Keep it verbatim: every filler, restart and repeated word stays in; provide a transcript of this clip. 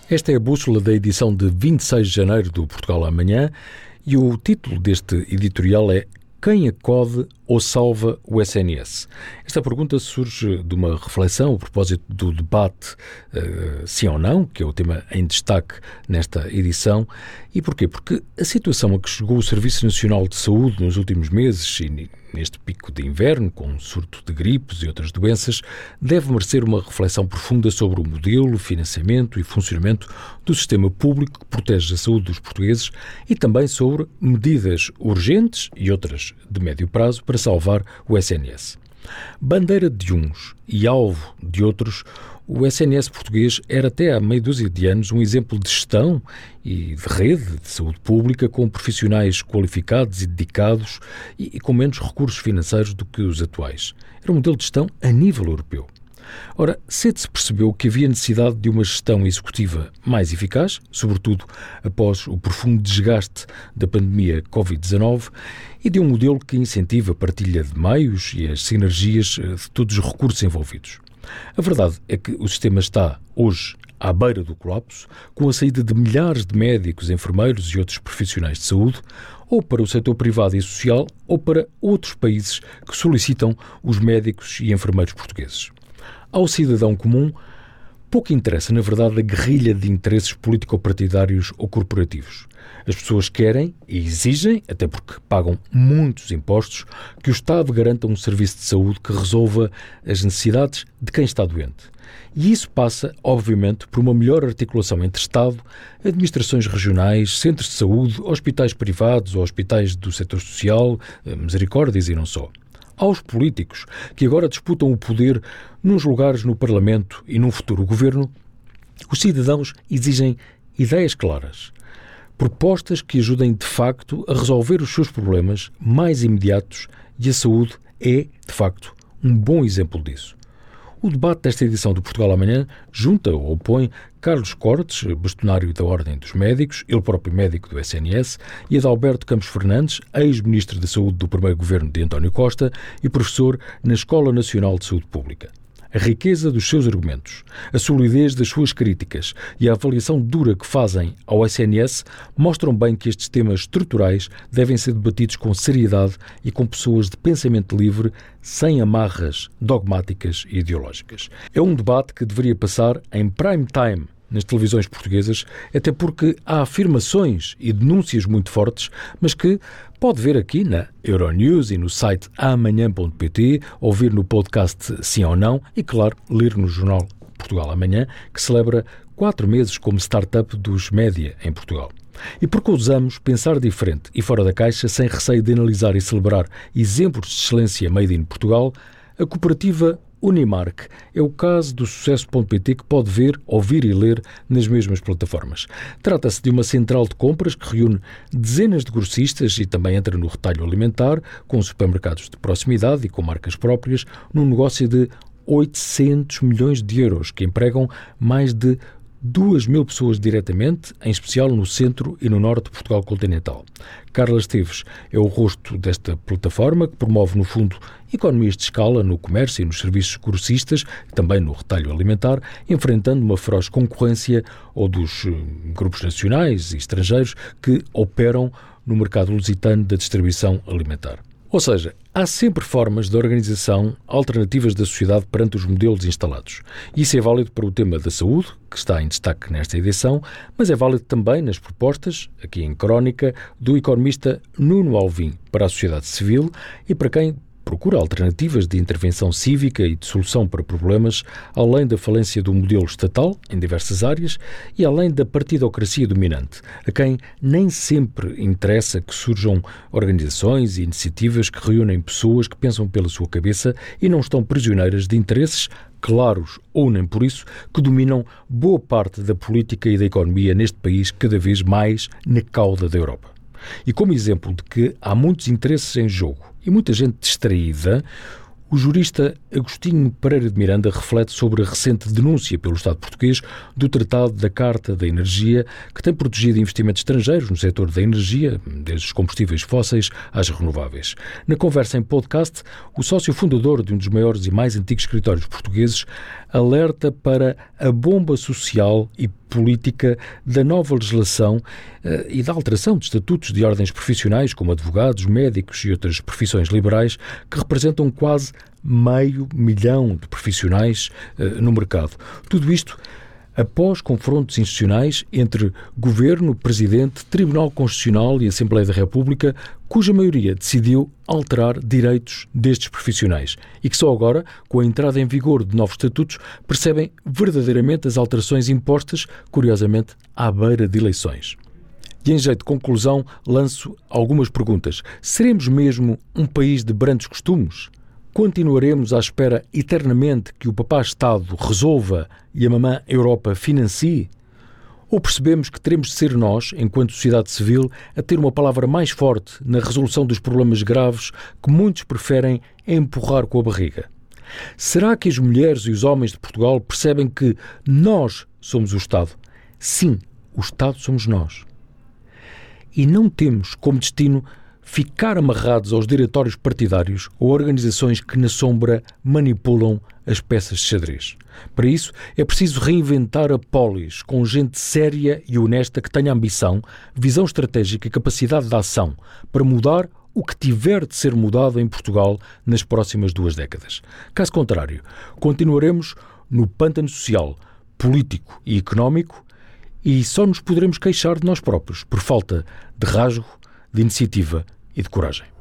Esta é a bússola da edição de vinte e seis de janeiro do Portugal Amanhã e o título deste editorial é Quem acode ou salva o S N S? Esta pergunta surge de uma reflexão a propósito do debate uh, sim ou não, que é o tema em destaque nesta edição. E porquê? Porque a situação a que chegou o Serviço Nacional de Saúde nos últimos meses e neste pico de inverno, com um surto de gripes e outras doenças, deve merecer uma reflexão profunda sobre o modelo, financiamento e funcionamento do sistema público que protege a saúde dos portugueses e também sobre medidas urgentes e outras de médio prazo para salvar o S N S. Bandeira de uns e alvo de outros, o S N S português era até há meia dúzia de anos um exemplo de gestão e de rede de saúde pública com profissionais qualificados e dedicados e, e com menos recursos financeiros do que os atuais. Era um modelo de gestão a nível europeu. Ora, cedo se percebeu que havia necessidade de uma gestão executiva mais eficaz, sobretudo após o profundo desgaste da pandemia covid dezanove, e de um modelo que incentiva a partilha de meios e as sinergias de todos os recursos envolvidos. A verdade é que o sistema está, hoje, à beira do colapso, com a saída de milhares de médicos, enfermeiros e outros profissionais de saúde, ou para o setor privado e social, ou para outros países que solicitam os médicos e enfermeiros portugueses. Ao cidadão comum, pouco interessa, na verdade, a guerrilha de interesses político-partidários ou corporativos. As pessoas querem e exigem, até porque pagam muitos impostos, que o Estado garanta um serviço de saúde que resolva as necessidades de quem está doente. E isso passa, obviamente, por uma melhor articulação entre Estado, administrações regionais, centros de saúde, hospitais privados ou hospitais do setor social, misericórdias e não só. Aos políticos, que agora disputam o poder nos lugares no Parlamento e num futuro governo, os cidadãos exigem ideias claras, propostas que ajudem de facto a resolver os seus problemas mais imediatos, e a saúde é, de facto, um bom exemplo disso. O debate desta edição do Portugal Amanhã junta ou opõe Carlos Cortes, bastonário da Ordem dos Médicos, ele próprio médico do S N S, e Adalberto Campos Fernandes, ex-ministro da Saúde do primeiro governo de António Costa e professor na Escola Nacional de Saúde Pública. A riqueza dos seus argumentos, a solidez das suas críticas e a avaliação dura que fazem ao S N S mostram bem que estes temas estruturais devem ser debatidos com seriedade e com pessoas de pensamento livre, sem amarras dogmáticas e ideológicas. É um debate que deveria passar em prime time nas televisões portuguesas, até porque há afirmações e denúncias muito fortes, mas que pode ver aqui na Euronews e no site amanhã ponto pt, ouvir no podcast Sim ou Não e, claro, ler no jornal Portugal Amanhã, que celebra quatro meses como startup dos média em Portugal. E porque ousamos pensar diferente e fora da caixa, sem receio de analisar e celebrar exemplos de excelência made in Portugal, a cooperativa Unimark é o caso do sucesso ponto pt que pode ver, ouvir e ler nas mesmas plataformas. Trata-se de uma central de compras que reúne dezenas de grossistas e também entra no retalho alimentar, com supermercados de proximidade e com marcas próprias, num negócio de oitocentos milhões de euros, que empregam mais de duas mil pessoas diretamente, em especial no centro e no norte de Portugal continental. Carla Esteves é o rosto desta plataforma que promove, no fundo, economias de escala no comércio e nos serviços grossistas, também no retalho alimentar, enfrentando uma feroz concorrência ou dos uh, grupos nacionais e estrangeiros que operam no mercado lusitano da distribuição alimentar. Ou seja, há sempre formas de organização alternativas da sociedade perante os modelos instalados. Isso é válido para o tema da saúde, que está em destaque nesta edição, mas é válido também nas propostas, aqui em crónica, do economista Nuno Alvim para a sociedade civil e para quem procura alternativas de intervenção cívica e de solução para problemas, além da falência do modelo estatal, em diversas áreas, e além da partidocracia dominante, a quem nem sempre interessa que surjam organizações e iniciativas que reúnem pessoas que pensam pela sua cabeça e não estão prisioneiras de interesses, claros ou nem por isso, que dominam boa parte da política e da economia neste país, cada vez mais na cauda da Europa. E como exemplo de que há muitos interesses em jogo e muita gente distraída, o jurista Agostinho Pereira de Miranda reflete sobre a recente denúncia pelo Estado português do Tratado da Carta da Energia, que tem protegido investimentos estrangeiros no setor da energia, desde os combustíveis fósseis às renováveis. Na conversa em podcast, o sócio fundador de um dos maiores e mais antigos escritórios portugueses alerta para a bomba social e política da nova legislação uh, e da alteração de estatutos de ordens profissionais, como advogados, médicos e outras profissões liberais, que representam quase meio milhão de profissionais uh, no mercado. Tudo isto após confrontos institucionais entre Governo, Presidente, Tribunal Constitucional e Assembleia da República, cuja maioria decidiu alterar direitos destes profissionais e que só agora, com a entrada em vigor de novos estatutos, percebem verdadeiramente as alterações impostas, curiosamente, à beira de eleições. E em jeito de conclusão, lanço algumas perguntas. Seremos mesmo um país de brandos costumes? Continuaremos à espera eternamente que o papá Estado resolva e a mamã Europa financie? Ou percebemos que teremos de ser nós, enquanto sociedade civil, a ter uma palavra mais forte na resolução dos problemas graves que muitos preferem empurrar com a barriga? Será que as mulheres e os homens de Portugal percebem que nós somos o Estado? Sim, o Estado somos nós. E não temos como destino ficar amarrados aos diretórios partidários ou organizações que na sombra manipulam as peças de xadrez. Para isso, é preciso reinventar a polis com gente séria e honesta que tenha ambição, visão estratégica e capacidade de ação para mudar o que tiver de ser mudado em Portugal nas próximas duas décadas. Caso contrário, continuaremos no pântano social, político e económico e só nos poderemos queixar de nós próprios por falta de rasgo, de iniciativa e de coragem.